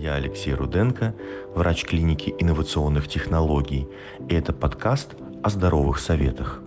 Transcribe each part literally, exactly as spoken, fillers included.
Я Алексей Руденко, врач клиники инновационных технологий, и это подкаст о здоровых советах.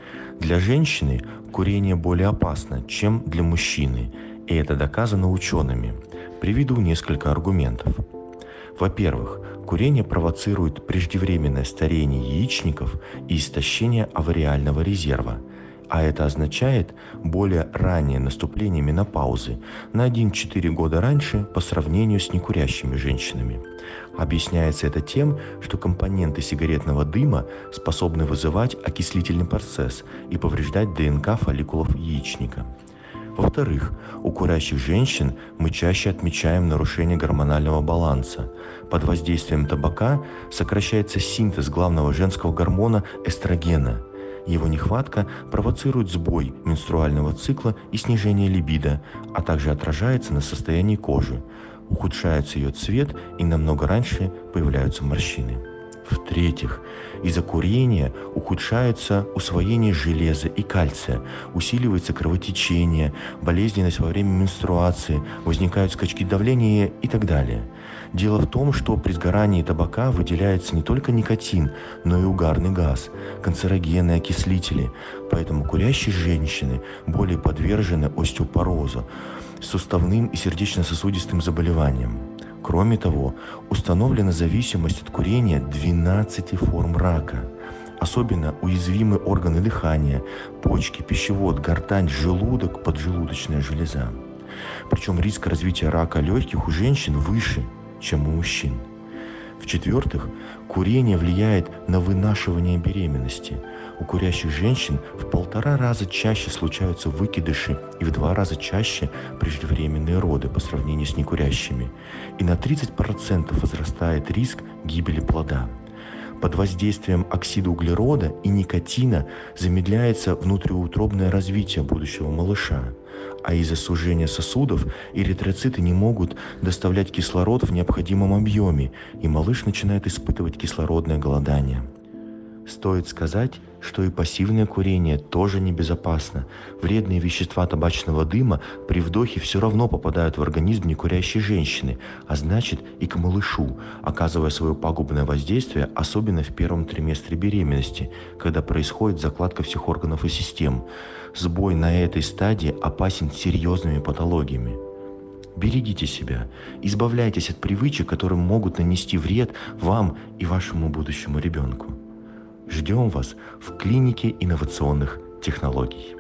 Для женщины курение более опасно, чем для мужчины, и это доказано учеными. Приведу несколько аргументов. Во-первых, курение провоцирует преждевременное старение яичников и истощение авариального резерва, а это означает более раннее наступление менопаузы на один-четыре года раньше по сравнению с некурящими женщинами. Объясняется это тем, что компоненты сигаретного дыма способны вызывать окислительный процесс и повреждать ДНК фолликулов яичника. Во-вторых, у курящих женщин мы чаще отмечаем нарушение гормонального баланса. Под воздействием табака сокращается синтез главного женского гормона эстрогена. Его нехватка провоцирует сбой менструального цикла и снижение либидо, а также отражается на состоянии кожи. Ухудшается ее цвет и намного раньше появляются морщины. В-третьих, из-за курения ухудшается усвоение железа и кальция, усиливается кровотечение, болезненность во время менструации, возникают скачки давления и так далее. Дело в том, что при сгорании табака выделяется не только никотин, но и угарный газ, канцерогены, окислители, поэтому курящие женщины более подвержены остеопорозу, суставным и сердечно-сосудистым заболеваниям. Кроме того, установлена зависимость от курения двенадцати форм рака. Особенно уязвимы органы дыхания, почки, пищевод, гортань, желудок, поджелудочная железа. Причем риск развития рака легких у женщин выше, чем у мужчин. В-четвертых, курение влияет на вынашивание беременности. У курящих женщин в полтора раза чаще случаются выкидыши и в два раза чаще преждевременные роды по сравнению с некурящими. И на тридцать процентов возрастает риск гибели плода. Под воздействием оксида углерода и никотина замедляется внутриутробное развитие будущего малыша. А из-за сужения сосудов эритроциты не могут доставлять кислород в необходимом объеме, и малыш начинает испытывать кислородное голодание. Стоит сказать, что и пассивное курение тоже небезопасно. Вредные вещества табачного дыма при вдохе все равно попадают в организм некурящей женщины, а значит и к малышу, оказывая свое пагубное воздействие, особенно в первом триместре беременности, когда происходит закладка всех органов и систем. Сбой на этой стадии опасен серьезными патологиями. Берегите себя, избавляйтесь от привычек, которые могут нанести вред вам и вашему будущему ребенку. Ждем вас в клинике инновационных технологий.